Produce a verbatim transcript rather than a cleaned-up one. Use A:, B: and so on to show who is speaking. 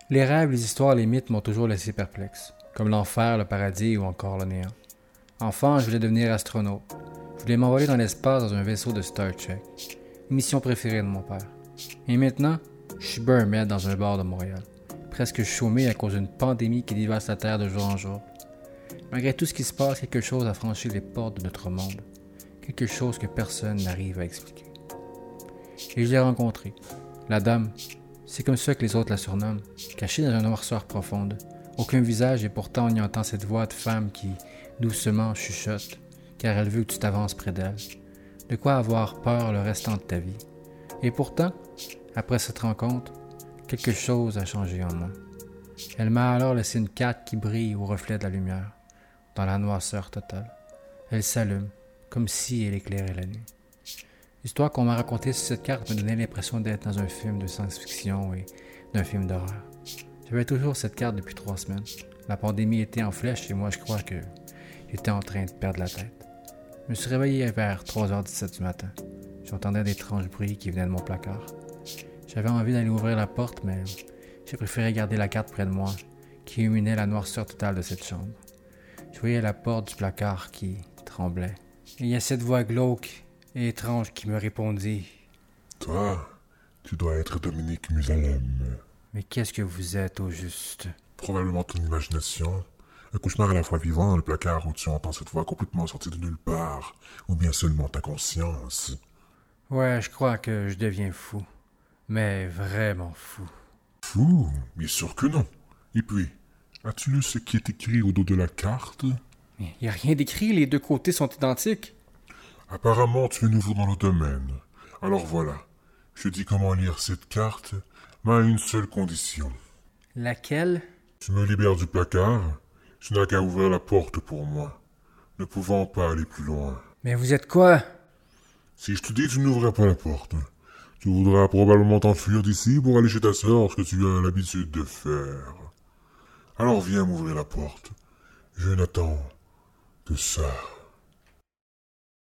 A: Les rêves, les histoires, les mythes m'ont toujours laissé perplexe, comme l'enfer, le paradis ou encore le néant. Enfant, je voulais devenir astronaute. Je voulais m'envoler dans l'espace dans un vaisseau de Star Trek, mission préférée de mon père. Et maintenant, je suis Burmed dans un bar de Montréal, presque chômé à cause d'une pandémie qui dévaste la Terre de jour en jour. Malgré tout ce qui se passe, quelque chose a franchi les portes de notre monde, quelque chose que personne n'arrive à expliquer. Et je l'ai rencontrée, la dame. C'est comme ça que les autres la surnomment, cachée dans une noirceur profonde. Aucun visage et pourtant on y entend cette voix de femme qui, doucement, chuchote, car elle veut que tu t'avances près d'elle. De quoi avoir peur le restant de ta vie. Et pourtant, après cette rencontre, quelque chose a changé en moi. Elle m'a alors laissé une carte qui brille au reflet de la lumière, dans la noirceur totale. Elle s'allume, comme si elle éclairait la nuit. L'histoire qu'on m'a racontée sur cette carte me donnait l'impression d'être dans un film de science-fiction et d'un film d'horreur. J'avais toujours cette carte depuis trois semaines. La pandémie était en flèche et moi je crois que j'étais en train de perdre la tête. Je me suis réveillé vers trois heures dix-sept du matin. J'entendais d'étranges bruits qui venaient de mon placard. J'avais envie d'aller ouvrir la porte, mais j'ai préféré garder la carte près de moi, qui illuminait la noirceur totale de cette chambre. Je voyais la porte du placard qui tremblait. Et il y a cette voix glauque et étrange qui me répondit.
B: « Toi, tu dois être Dominique Musalem. »«
A: Mais qu'est-ce que vous êtes au juste? » ?»«
B: Probablement ton imagination. Un cauchemar à la fois vivant dans le placard où tu entends cette voix complètement sortie de nulle part, ou bien seulement ta conscience. »«
A: Ouais, je crois que je deviens fou. Mais vraiment fou. »«
B: Fou? Bien sûr que non. Et puis, as-tu lu ce qui est écrit au dos de la carte? » ?»«
A: Mais il n'y a rien d'écrit, les deux côtés sont identiques. »
B: Apparemment, tu es nouveau dans le domaine. Alors voilà, je te dis comment lire cette carte, mais à une seule condition.
A: Laquelle?
B: Tu me libères du placard, tu n'as qu'à ouvrir la porte pour moi, ne pouvant pas aller plus loin.
A: Mais vous êtes quoi?
B: Si je te dis que tu n'ouvriras pas la porte, tu voudras probablement t'enfuir d'ici pour aller chez ta sœur, ce que tu as l'habitude de faire. Alors viens m'ouvrir la porte, je n'attends que ça.